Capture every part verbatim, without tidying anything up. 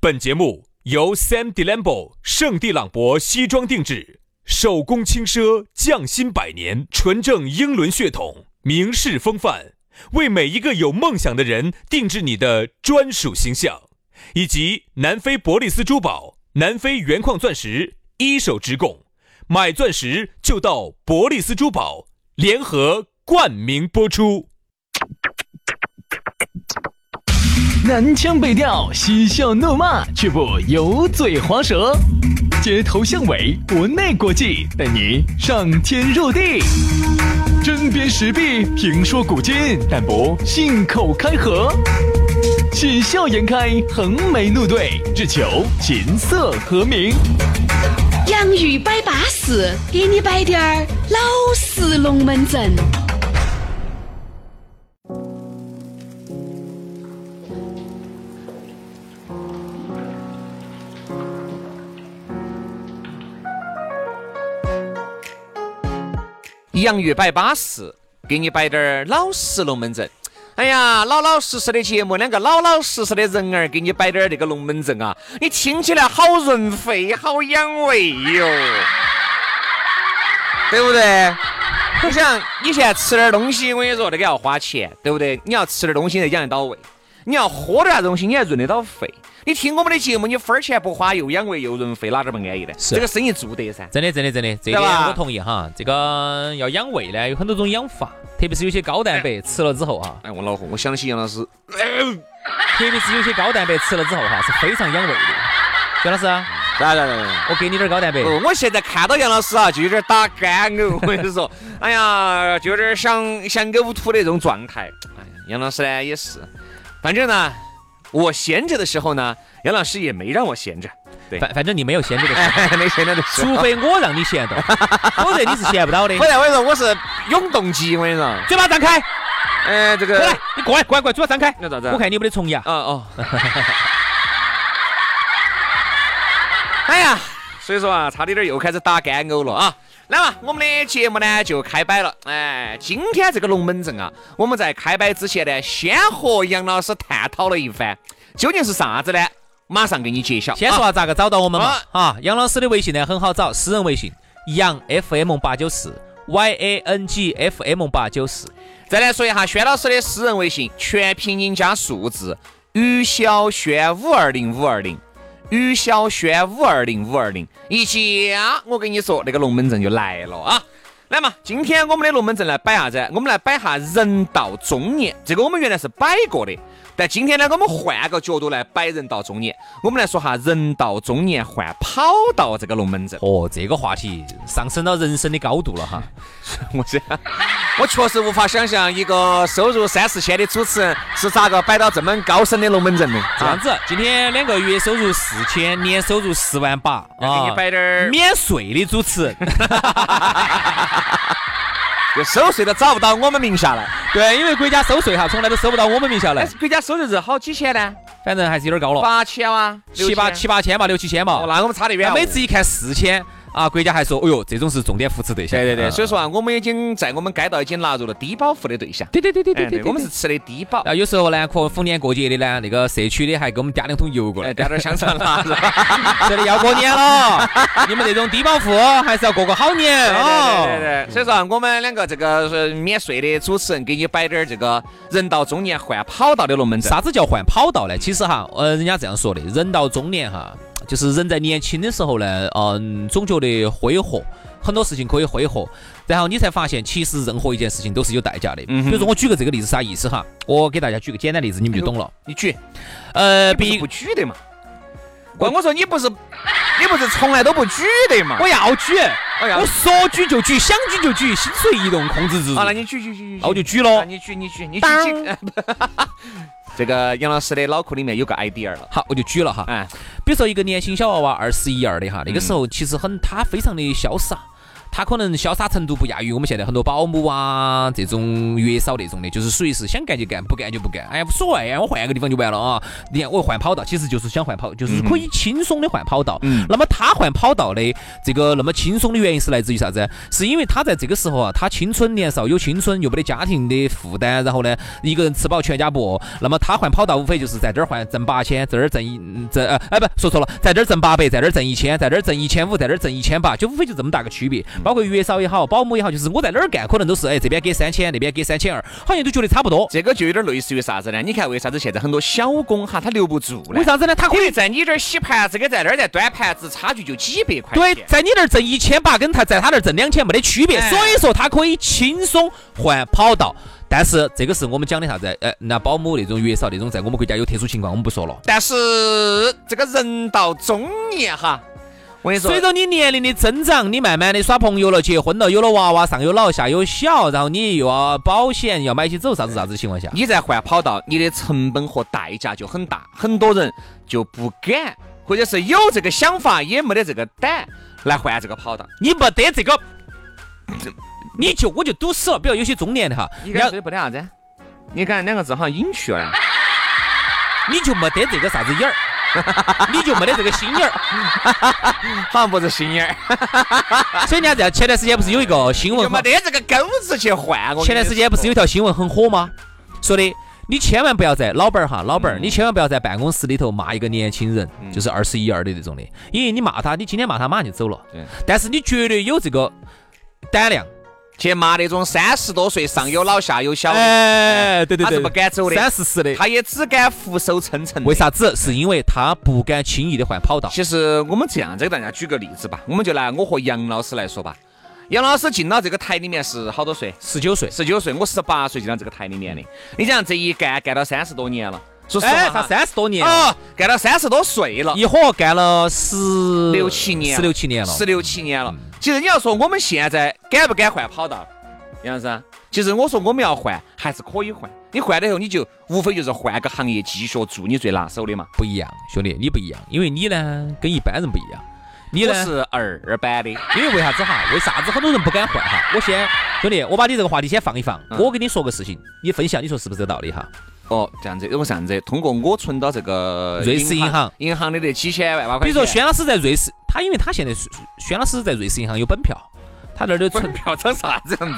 本节目由 Sam Delambo 圣地朗博西装定制，手工轻奢，匠心百年，纯正英伦血统，名士风范，为每一个有梦想的人定制你的专属形象。以及南非伯利斯珠宝、南非原矿钻石一手直供，买钻石就到伯利斯珠宝，联合冠名播出。 南腔北调，嬉笑怒骂，却不油嘴滑舌，街头巷尾，国内国际，带你上天入地，针砭时弊，评说古今，但不信口开河，喜笑颜开，横眉怒对，只求琴瑟和鸣。 洋芋摆巴士，给你摆点儿老式龙门阵。 洋芋摆巴士，给你摆点儿老实龙门阵。哎呀，老老实实的节目，两个老老实实的人儿给你摆点儿这个龙门阵啊，你听起来好润肺，好养胃哟，对不对？你想，你现在吃点东西，我跟你说，那个要花钱，对不对？你要吃点东西才养得到胃，你要喝点啥东西，你还润得到肺。你听我们的节目，你分儿钱不花，又养胃又润肺，哪点不安逸呢？这个生意做得噻， 真的真的真的，这点我同意哈。这个要养胃呢，有很多种养法，特别是有些高蛋白吃了之后哈。 哎，我恼火，我想起杨老师， 特别是有些高蛋白吃了之后哈，是非常养胃的。杨老师， 来来来来， 我给你点高蛋白。 哦，我现在看到杨老师啊，就有点打干呕。我跟你说，哎呀，就有点想想呕吐的这种状态。哎呀，杨老师呢也是，反正呢。我闲着的时候呢，杨老师也没让我闲着。对， 反反正你没有闲着的时候， 哎、没闲着的时候， 除非我让你闲着，否则你是闲不到的。 不然我跟你说，我是永动机。我跟你说， 嘴巴张开。 哎，这个过来，你过来，过来，过来，嘴巴张开。 那咋子？ 我看你没得虫牙。 哦哦。哎呀，所以说啊，差点点又开始打干呕了啊。来嘛，我们的节目呢就开摆了。哎，今天这个龙门阵啊，我们在开摆之前呢，先和杨老师探讨了一番，究竟是啥子呢？马上给你揭晓。 先说下咋个找到我们嘛？啊，啊杨老师的微信呢很好找，私人微信杨 F M 八九四 Y A N G F M 八九四。 再来说一下轩老师的私人微信，全拼音加数字，于小轩五二零五二零。于小轩五二零五二零一加，我跟你说那个龙门阵就来了啊！来嘛，今天我们的龙门阵来摆啥子？我们来摆下人到中年，这个我们原来是摆过的，但今天呢，我们换个角度来摆人到中年，我们来说下人到中年换跑道这个龙门阵。 哦，这个话题上升到人生的高度了哈！ 我这我确实无法想象一个收入三四千的主持人是咋个摆到这么高深的龙门阵的。 这样子，今天两个月收入四千，年收入四万八， 给你摆点儿免税的主持人。 就收税都找不到我们名下来。 对，因为国家收税哈，从来都收不到我们名下来。 国家收入是好几千呢？ 反正还是有点高了。 八千啊， 七八七八千吧，六七千吧。 哦，那我们差得远。 每次一看四千啊，国家还说，哎呦，这种是重点扶持对象。 对对对，所以说啊，我们已经在我们街道已经纳入了低保户的对象。 对对对对对对， 我们是吃的低保。 啊，有时候呢，可逢年过节的呢，那个社区的还给我们加两桶油过来， 加点香肠啦，是吧？ 这里要过年了，你们这种低保户还是要过个好年哦。 对对对，所以说啊，我们两个这个是免税的主持人，给你摆点这个人到中年换跑道的龙门阵。 啥子叫换跑道呢？其实哈，呃，人家这样说的，人到中年哈。就是人在年轻的时候呢，嗯，总觉得挥霍，很多事情可以挥霍，然后你才发现，其实任何一件事情都是有代价的。嗯，比如说我举个这个例子，啥意思哈？我给大家举个简单例子，你们就懂了。 你举， 呃， 你不是不举的嘛？我我说你不是，你不是从来都不举的嘛？ 我要举，我说举就举，想举就举，心随意动，控制自如。 好，那你举举举举， 那我就举了。 你举你举你举。这个杨老师的脑壳里面有个 idea 了， 好，我就举了哈。哎，比如说一个年轻小娃娃，二十一二的哈，那个时候其实很他非常的潇洒， 他可能潇洒程度不亚于我们现在很多保姆啊这种月嫂那种的，就是属于是想干就干，不干就不干，哎呀无所谓啊，我换个地方就完了啊。你看我换跑道，其实就是想换跑，就是可以轻松的换跑道。嗯、那么他换跑道的这个那么轻松的原因是来自于啥子？是因为他在这个时候啊，他青春年少，有青春又没得家庭的负担，然后呢一个人吃饱全家不饿。那么他换跑道无非就是在这儿换挣八千，这儿挣一挣呃哎不说错了，在这儿挣八百，在这儿挣一千，在这儿挣一千五，在这儿挣一千八，就无非就这么大个区别。包括月嫂也好，保姆也好，就是我在哪儿干，可能都是哎这边给三千，那边给三千二，好像都觉得差不多。 这个就有点类似于啥子呢？你看为啥子现在很多小工哈他留不住呢？ 为啥子呢？他可以在你这儿洗盘子，跟在那儿在端盘子，差距就几百块钱。对，在你那儿挣一千八，跟他在他那儿挣两千没得区别，哎、所以说他可以轻松换跑道。但是这个是我们讲的啥子？呃，那保姆那种月嫂那种，在我们国家有特殊情况，我们不说了。 但是这个人到中年哈。我跟你说， 随着你年龄的增长，你慢慢的耍朋友了，结婚了，有了娃娃，上有老下有小，然后你又要保险，要买起走啥子啥子的情况下， 你在换跑道，你的成本和代价就很大，很多人就不敢，或者是有这个想法也没得这个胆来换这个跑道。 你没得这个，你就我就堵死了。比如有些中年的哈， 你刚才不得啥子？你刚才两个字好像隐去了， 你就没得这个啥子眼儿。你就没得这个心眼儿， 好像不是心眼儿。 所以你看，这前段时间不是有一个新闻， 就没得这个钩子去换。 前段时间不是有一条新闻很火吗？说的你千万不要在老板儿哈，老板儿，嗯、你千万不要在办公室里头骂一个年轻人，嗯、就是二十一二的这种的，因为你骂他，你今天骂他马上就走了。对。但是你绝对有这个胆量。 去骂那种三十多岁上有老下有小的， 哎，对对对， 他是不敢走的， 三四十的， 他也只敢俯首称臣。 为啥子？是因为他不敢轻易的换跑道。 其实我们这样，再给大家举个例子吧，我们就拿我和杨老师来说吧。杨老师进到这个台里面是好多岁？ 十九岁， 十九岁，我十八岁进到这个台里面的。你想这一干干到三十多年了。说实话， 哎，他三十多年哦，干到三十多岁了， 一伙干了十六七年， 十六七年了， 十六七年了。其实你要说我们现在敢不敢换跑道？杨老师，其实我说我们要换还是可以换，你换了以后你就无非就是换个行业继续做你最拿手的嘛。 不一样，兄弟，你不一样，因为你呢跟一般人不一样，你呢我是二班的。 因为为啥子哈？为啥子很多人不敢换哈？我先兄弟，我把你这个话题先放一放，嗯、我跟你说个事情，你分享，你说是不是这个道理哈？ 哦，这样子，我这样子，通过我存到这个瑞士银行， 银行的那几千万万块钱。 比如说轩老师在瑞士，他因为他现在轩老师在瑞士银行有本票。他那儿的存票成啥子样子？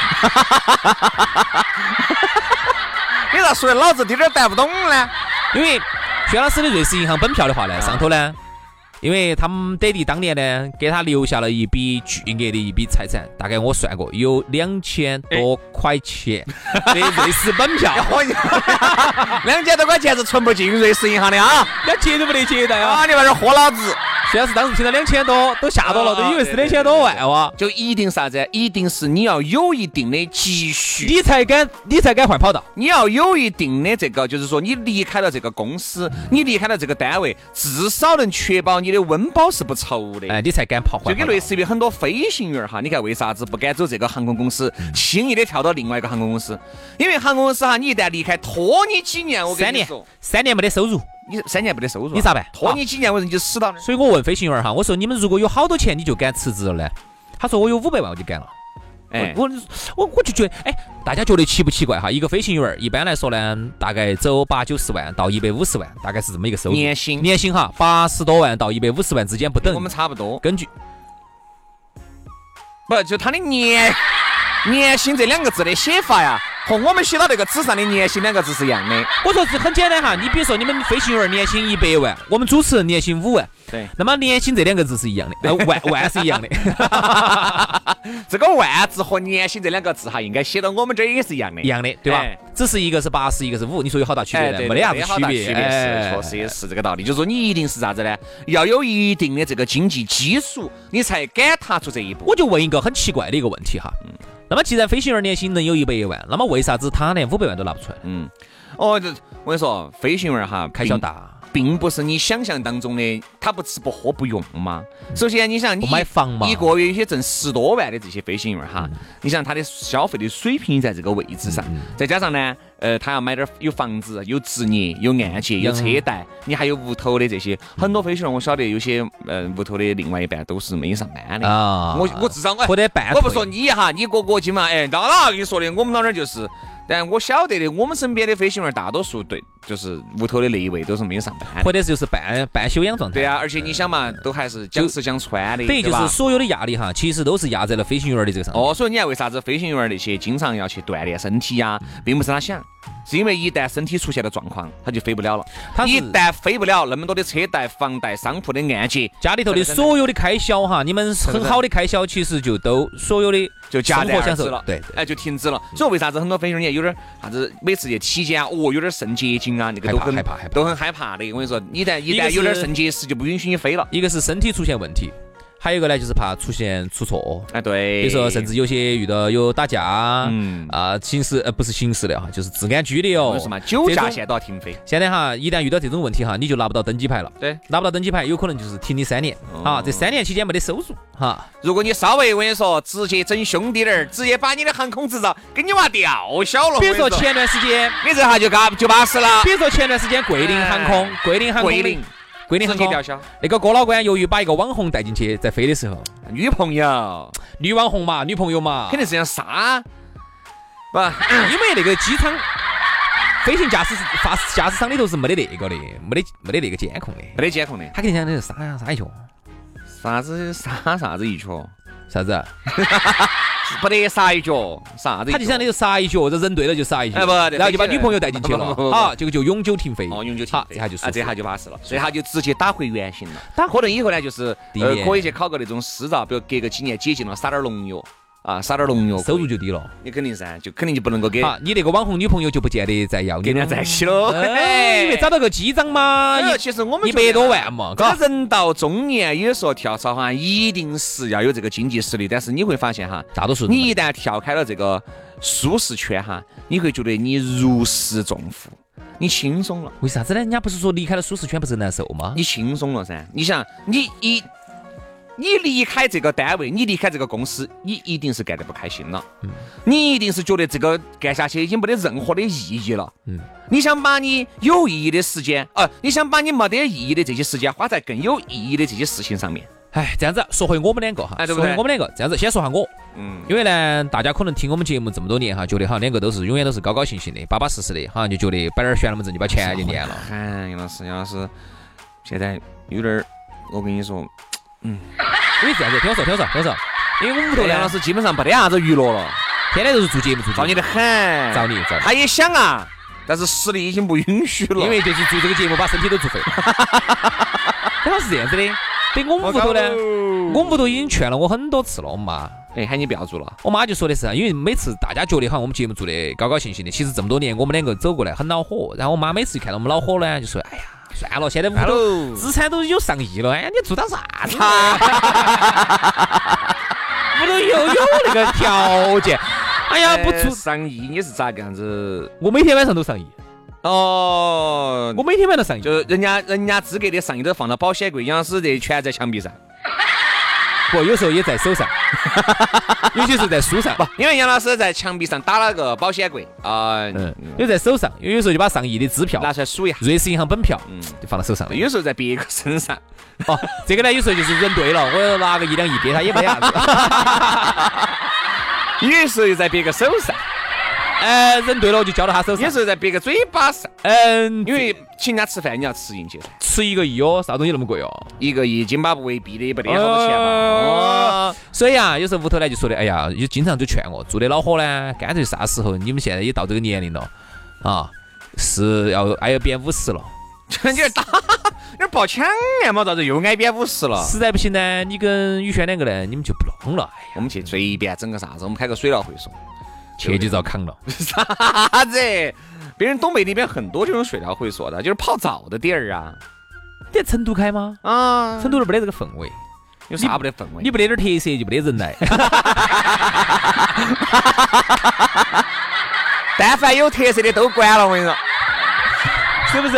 你咋说的老子有点带不懂呢？ 因为薛老师的瑞士银行本票的话呢，上头呢，因为他们爹地当年呢给他留下了一笔巨额的一笔财产，大概我算过有两千多块钱的瑞士本票。 两千多块钱是存不进瑞士银行的啊， 那接都不得接待啊！ 啊，你把这豁老子！ 现在是当时听到两千多都吓到了，都以为是两千多万哇！ 就一定啥子？一定是你要有一定的积蓄， 你才敢，你才敢换跑道。 你要有一定的这个，就是说你离开了这个公司，你离开了这个单位，至少能确保你的温饱是不愁的。 哎，你才敢跑换跑道。 就跟类似于很多飞行员哈，你看为啥子不敢走这个航空公司，轻易的跳到另外一个航空公司？因为航空公司哈，你一旦离开，拖你几年，我跟你说， 三年没得收入。 你三年没得收入， 你咋办？ 拖你几年，我人就死到那儿。 所以我问飞行员哈，我说你们如果有好多钱，你就敢辞职了呢？他说我有五百万我就干了。哎，我我我就觉得，哎，大家觉得奇不奇怪哈？一个飞行员一般来说呢，大概走八九十万到一百五十万，大概是这么一个收入。 年薪年薪哈，八十多万到一百五十万之间不等。 我们差不多。 根据不就他的年年薪这两个字的写法呀？和我们写到那个纸上的年薪两个字是一样的。 我说是很简单哈，你比如说你们飞行员年薪一百万，我们主持人年薪五万， 对， 那么年薪这两个字是一样的，呃、万万是一样的。 这个万字和年薪这两个字哈，应该写到我们这儿也是一样的， 一样的，对吧？ 哎、 只是一个是八十，一个是五，你说有好大区别呢？ 哎、 没得啥子区别， 区别是确实也是这个道理。就是说你一定是啥子呢？要有一定的这个经济基础，你才敢踏出这一步。 我就问一个很奇怪的一个问题哈。嗯，那么既然飞行员年薪能有一百万，那么为啥子他连五百万都拿不出来？ 嗯，哦，这我跟你说，飞行员哈开销大， 并不是你想象当中的，他不吃不喝不用嘛。首先，你想你不买房嘛， 一个月有些挣十多万的这些飞行员哈， 嗯、 你想他的消费的水平在这个位置上， 嗯、 再加上呢，呃，他要买点有房子、有职业、有按揭、有车贷，你还有屋头的这些，很多飞行员我晓得有些呃屋头的另外一半都是没上班的啊。 我我至少我或者半， 我不说你哈，你个个金嘛，哎，当然跟你说的，我们老那儿就是。但我晓得的，我们身边的飞行员大多数对，就是屋头的那一位都是没有上班的， 或者就是半半休养状态。 对啊，而且你想嘛，都还是讲吃讲穿的， 等于就是所有的压力哈，其实都是压在了飞行员的这个上面。 哦，所以你看为啥子飞行员那些经常要去锻炼身体呀，并不是他想。是因为一旦身体出现了状况，他就飞不了了。他一旦飞不了，那么多的车贷、房贷、商铺的按揭， 家里头的所有的开销哈，你们很好的开销，其实就都所有的就戛然而止了。 对， 哎，就停止了。所以为啥子很多飞行员有点啥子，每次去体检，哦，有点肾结晶啊，那个都很害怕，害怕， 都很害怕的。我跟你说，一旦一旦有点肾结石，就不允许你飞了。 一个是身体出现问题。还有一个呢，就是怕出现出错， 哎，对， 比如说甚至有些遇到有打架， 嗯啊，刑事呃不是刑事的哈，就是治安拘留， 为什么酒驾现在都要停飞？ 现在哈，一旦遇到这种问题哈，你就拿不到登机牌了， 对， 拿不到登机牌，有可能就是停你三年，啊，这三年期间没得收入，哈。 如果你稍微我跟你说，直接整凶滴点儿，直接把你的航空执照给你娃吊销了。 比如说前段时间， 你这下就嘎就巴适了。 比如说前段时间桂林航空，桂林航空，桂林。桂林航空吊销， 那个郭老官由于把一个网红带进去，在飞的时候， 女朋友， 女网红嘛，女朋友嘛， 肯定是想杀，不， 因为那个机场飞行驾驶发驾驶舱里头是没得那个的，没得没得那个监控的， 没得监控的， 他肯定想的是杀呀杀一脚， 啥子杀啥子一脚， 啥子？ 不得杀一脚，啥子？ 他就想那个杀一脚，这人对了就杀一脚， 哎不， 然后就把女朋友带进去了，啊，结果就永久停飞， 哦，永久停飞， 这下就啊，这下就巴适了，这下就直接打回原形了。打可能以后呢，就是呃，可以去考个那种师照，比如隔个几年解禁了，撒点农药啊，撒点农药， 收入就低了。 你肯定噻，就肯定就不能够给。 啊，你那个网红女朋友就不见得再要你， 跟人家在一起喽。 哎，因为找到个机长嘛， 其实我们一百多万嘛， 这人到中年有时候跳槽哈，一定是要有这个经济实力，但是你会发现哈， 大多数你一旦跳开了这个舒适圈哈，你会觉得你如释重负，你轻松了。 为啥子呢？人家不是说离开了舒适圈不是难受吗？ 你轻松了噻。你想，你一你离开这个单位，你离开这个公司，你一定是干得不开心了。嗯，你一定是觉得这个干下去已经没得任何的意义了。嗯，你想把你有意义的时间，呃，你想把你没得意义的这些时间花在更有意义的这些事情上面。 哎，这样子说回我们两个哈， 哎，对不对？ 说回我们两个，这样子先说下我， 嗯， 因为呢，大家可能听我们节目这么多年哈，觉得哈两个都是永远都是高高兴兴的、巴巴适适的，好像就觉得摆点悬龙门阵就把钱就念了。 哎，杨老师，杨老师，现在有点，我跟你说，嗯。 因为这样子，听我说，听我说，听我说，因为我们屋头杨老师基本上没得啥子娱乐了， 天天都是做节目，做节目， 造你的很， 造你，造你。 他也想啊，但是实力已经不允许了， 因为就是做这个节目把身体都做废了。刚好是这样子的，对我们屋头呢，我们屋头已经劝了我很多次了，我妈。 哎，喊你不要做了。 我妈就说的是，因为每次大家觉得哈，我们节目做的高高兴兴的，其实这么多年我们两个走过来很恼火。然后我妈每次看到我们恼火呢，就说：“哎呀。”算了，现在屋头资产都有上亿了，哎呀，你做到啥子？屋头又有那个条件，哎呀，不出上亿你是咋个样子？ 我每天晚上都上亿。 哦， 我每天晚上上亿， 就人家人家资格的上亿都放到保险柜，杨老师这全在墙壁上。 不，有时候也在手上，尤其是在书上。 不，因为杨老师在墙壁上打了个保险柜啊， 嗯，有在手上，有有时候就把上亿的支票拿出来数一下， 瑞士银行本票，嗯，就放到手上了。 有时候在别个身上。 哦，这个呢，有时候就是人对了，我拿个一两亿给他也没得啥子。 有时候又在别个手上。 呃，人对了我就交到他手上。 有时候在别个嘴巴上。 嗯， 因为请人家吃饭你要吃进去噻。 吃一个亿哦，啥东西那么贵哦？ 一个亿津巴布韦币的也不得好多钱嘛。哦。 所以啊，有时候屋头呢就说的，哎呀，就经常就劝我，做的恼火呢，干脆啥时候你们现在也到这个年龄了啊，是要挨扁五十了。 你这打，你抱抢啊嘛，咋子又挨扁五十了？ 实在不行呢，你跟宇轩两个呢，你们就不弄了。哎呀， 我们去随便整个啥子，我们开个水疗会所。 去就遭扛了， 啥子？别人东北那边很多这种水疗会所的，就是泡澡的地儿啊。 你在成都开吗？ 啊， 成都那没得这个氛围， 有啥不得氛围？ 你不得点特色就没得人来。 但凡有特色的都关了，我跟你说， 是不是？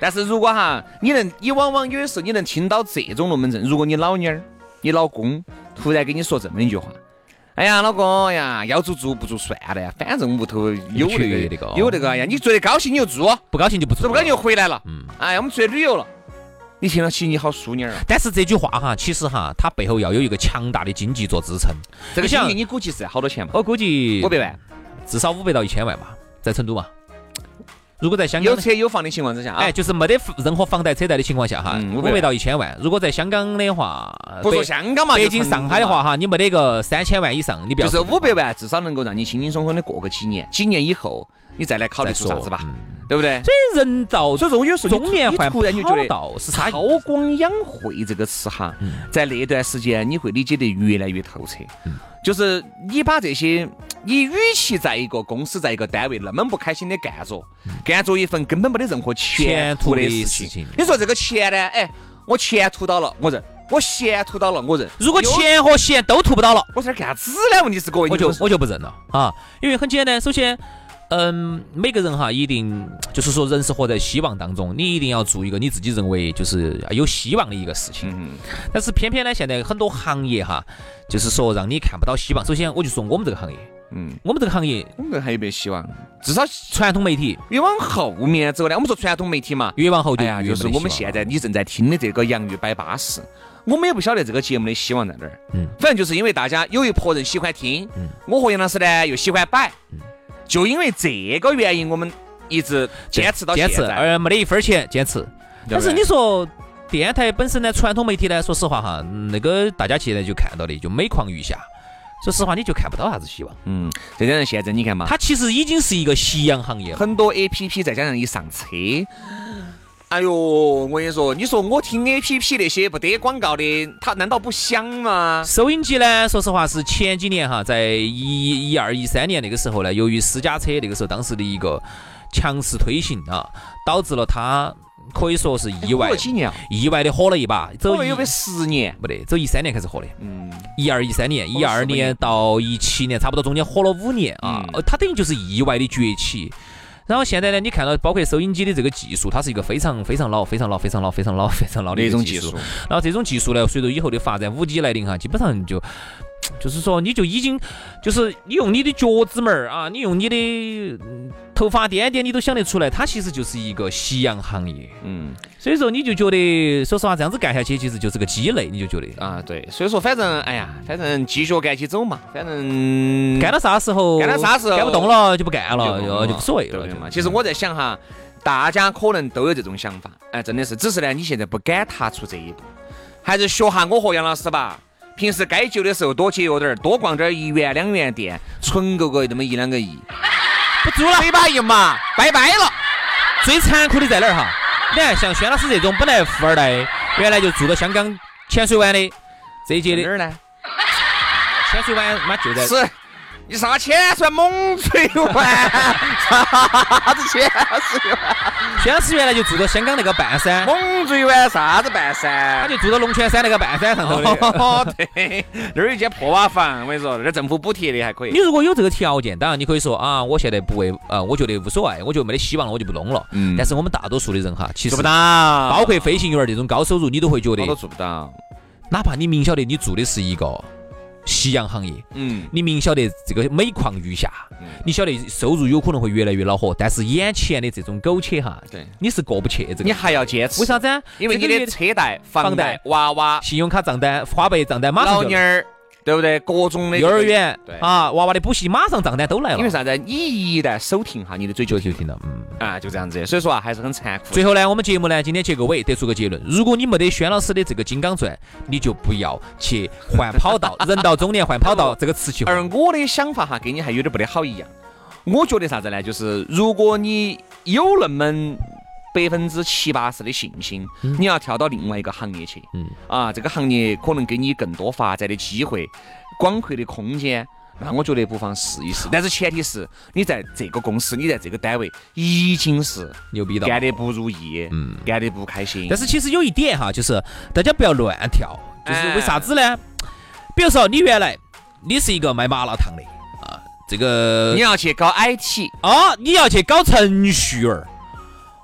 但是如果哈，你能，你往往有的时候你能听到这种龙门阵，如果你老妞儿、你老公突然跟你说这么一句话。哎呀，老公呀，要做做不做算了呀，反正屋头有那个有那个，哎呀，你觉得高兴你就做， 不高兴就不做， 不高兴就回来了。嗯，哎呀，我们出去旅游了，你听了起你好淑女儿。 但是这句话哈，其实哈，它背后要有一个强大的经济做支撑。 这个经济你估计是好多钱嘛？ 我估计五百万， 至少五百到一千万吧，在成都嘛。如果在香港有车有房的情况之下， 哎，就是没得任何房贷车贷的情况下哈，五百到一千万。如果在香港的话， 不说香港嘛， 北京、上海的话哈，你没得个三千万以上，你不要就是五百万，至少能够让你轻轻松松的过个几年，几年以后你再来考虑出啥子吧，对不对？ 所以人到所以说我有时候中年换突然就觉得是韬光养晦这个词哈，在那段时间你会理解得越来越透彻。就是你把这些，你与其在一个公司、在一个单位那么不开心的干着，干着一份根本没得任何前途的事情。你说这个钱呢？哎，我钱图到了，我认；我闲图到了，我认。 如果钱和闲都图不到了， 我在这干啥子呢？问题是各位， 我就我就不认了啊！因为很简单，首先。嗯，每个人哈，一定就是说，人是活在希望当中，你一定要做一个你自己认为就是有希望的一个事情。嗯，但是偏偏呢，现在很多行业哈，就是说让你看不到希望。首先，我就说我们这个行业，嗯，我们这个行业， 我们这个还有没有希望？至少传统媒体越往后面走呢，我们说传统媒体嘛， 越往后就哎呀，就是我们现在你正在听的这个洋芋摆巴士。我们也不晓得这个节目的希望在哪儿，嗯，反正就是因为大家有一拨人喜欢听，嗯，我和杨老师呢又喜欢摆，嗯。就因为这个原因，我们一直坚持到现在，坚持， 而没得一分钱坚持。但是你说电台本身呢，传统媒体呢，说实话哈，那个大家现在就看到的就每况愈下。说实话，你就看不到啥子希望。 嗯，再加上现在你看嘛， 它其实已经是一个夕阳行业了。 很多 A P P 再加上一上车，哎呦，我跟你说，你说我听 A P P 那些不得广告的，它难道不香吗？ 收音机呢，说实话是前几年哈，在一一二一三年那个时候呢，由于私家车那个时候当时的一个强势推行啊，导致了它可以说是意外， 几年、啊、 意外的火了一把。 走有没十年？ 不得，走一三年开始火的。嗯，一二一三年，一二年到一七年，差不多中间火了五年啊。嗯、它等于就是意外的崛起。然后现在呢，你看到包括收音机的这个技术，它是一个非常非常老、非常老、非常老、非常老、非常老的一种技术。然后这种技术呢，随着以后的发展，五 G 来临哈，基本上就就是说，你就已经就是你用你的脚趾门儿啊，你用你的头发点点，你都想得出来，它其实就是一个夕阳行业。嗯，所以说你就觉得，说实话，这样子干下去，其实就是个积累，你就觉得啊，对。所以说，反正哎呀，反正继续干起走嘛，反正干到啥时候， 干到啥时候干不动了就不干了，就就无所谓了嘛。其实我在想哈，大家可能都有这种想法，哎，真的是，只是呢，你现在不敢踏出这一步，还是学下我和杨老师吧。平时该节的时候多节约点，多逛点一元两元店，存够个那么一两个亿， 不做了， 嘴巴一麻，拜拜了。 最残酷的在哪儿哈？你看，像轩老师这种本来富二代，原来就住到香港浅水湾的这一届的哪儿呢？ 浅水湾妈就在。 是。你啥钱算猛水湾？啥子钱水湾？ 轩老师原来就住到香港那个半山。 猛水湾啥子半山？ 他就住到龙泉山那个半山上头的。 哦，对，那儿有一间破瓦房，我跟你说，那政府补贴的还可以。 你如果有这个条件，当然你可以说啊，我现在不为啊、呃，我觉得无所谓，我觉得没得希望了，我就不弄了。嗯。但是我们大多数的人哈，其实做不到， 包括飞行员这种高收入，你都会觉得都做不到。 哪怕你明晓得你做的是一个夕阳行业，嗯，你明晓得这个每况愈下，嗯，你晓得收入有可能会越来越恼火，但是眼前的这种苟且哈， 对， 你是过不去这个， 你还要坚持。 为啥子？ 因为你的车贷、房贷、娃娃、 信用卡账单、花呗账单马上就。 老妞儿。对不对？各种的幼儿园，对啊，娃娃的补习马上账单都来了。 因为啥子？你一旦手停哈，你的嘴就停了，嗯啊，就这样子。所以说啊，还是很残酷。 最后呢，我们节目呢，今天结个尾，得出个结论：如果你没得轩老师的这个金刚钻，你就不要去换跑道。人到中年换跑道，这个词去。 而我的想法哈，跟你还有点不得好一样。我觉得啥子呢？就是如果你有那么百分之七八十的信心，嗯、你要跳到另外一个行业去，嗯啊，这个行业可能给你更多发展的机会、广阔的空间，那我觉得不妨试一试。但是前提是你在这个公司，你在这个单位已经是牛逼到干得不如意，嗯，干得不开心。 但是其实有一点哈，就是大家不要乱跳，就是为啥子呢？哎、比如说你原来你是一个卖麻辣烫的啊，这个你要去搞 I T 啊，你要去搞程序员。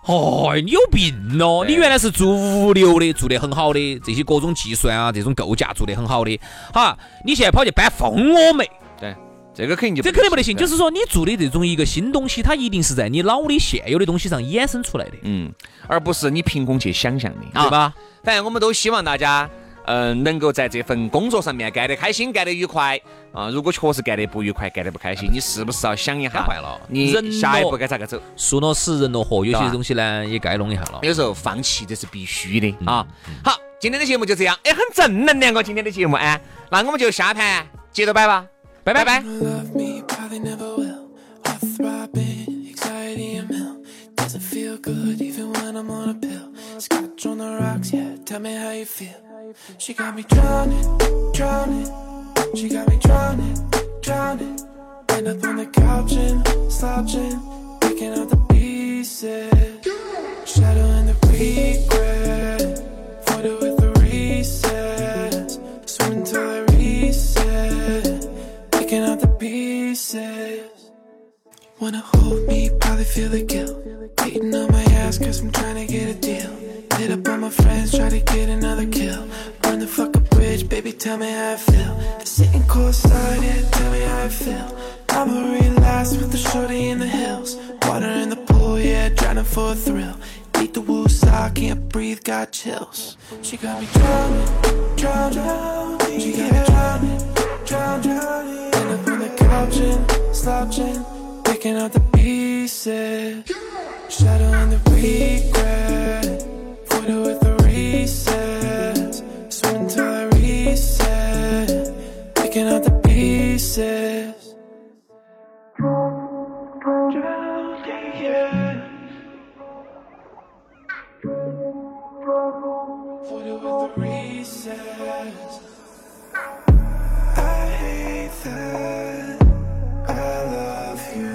哦，你有病哦！你原来是做物流的，做得很好的，这些各种计算啊，这种构架做得很好的，哈，你现在跑去搬蜂窝煤， 对，这个肯定就这肯定不得行。就是说，你做的这种一个新东西，它一定是在你脑里现有的东西上衍生出来的， 嗯，而不是你凭空去想象的， 对吧？啊、 反正我们都希望大家。嗯、呃，能够在这份工作上面干得开心，干得愉快啊、呃！如果确实干得不愉快，干得不开心，你是不是要想一下， 坏了， 你下一步该咋个走？ 树挪死，人挪活，有些东西呢也该弄一下了。 有时候放弃这是必须的、嗯、啊！好，今天的节目就这样，哎，很正能量哦，今天的节目哎，那我们就下盘接着摆吧，拜拜拜。Scotch on the rocks, yeah, tell me how you feel. She got me drowning, drowning. She got me drowning, drowning. End up on the couch and slouching, picking up the pieces. Shadowing the regret, voided with the recess. Swim till I reset, picking up the pieces. Wanna hold me, probably feel the guilt. Beating on my ass cause I'm trying to get a deal. Hit up all my friends, try to get another kill. Burn the fucking bridge, baby, tell me how I feel. Sitting courtside, yeah, tell me how I feel. I'ma relax with the shorty in the hills. Water in the pool, yeah, drowning for a thrill. Beat the woosah, can't breathe, got chills. She got me drowning, drowning. She got me drowning, drowning. End up on the couch and slouching, picking up the pieces. Shadowing the regret, voided with the recess. Swim till I reset, picking up the pieces. Drowning, yeah. Voided with the recess. I hate that I love you.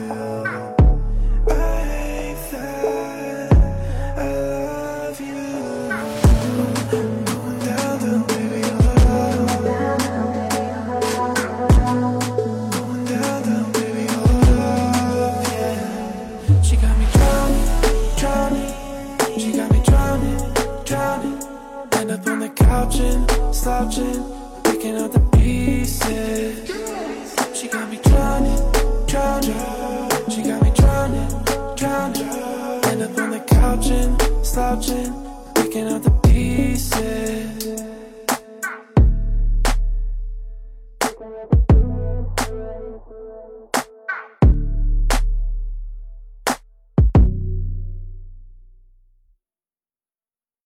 Slouching, picking up the pieces. She got me drowning, drowning. She got me drowning, drowning. End up on the couch and slouching, picking up the pieces.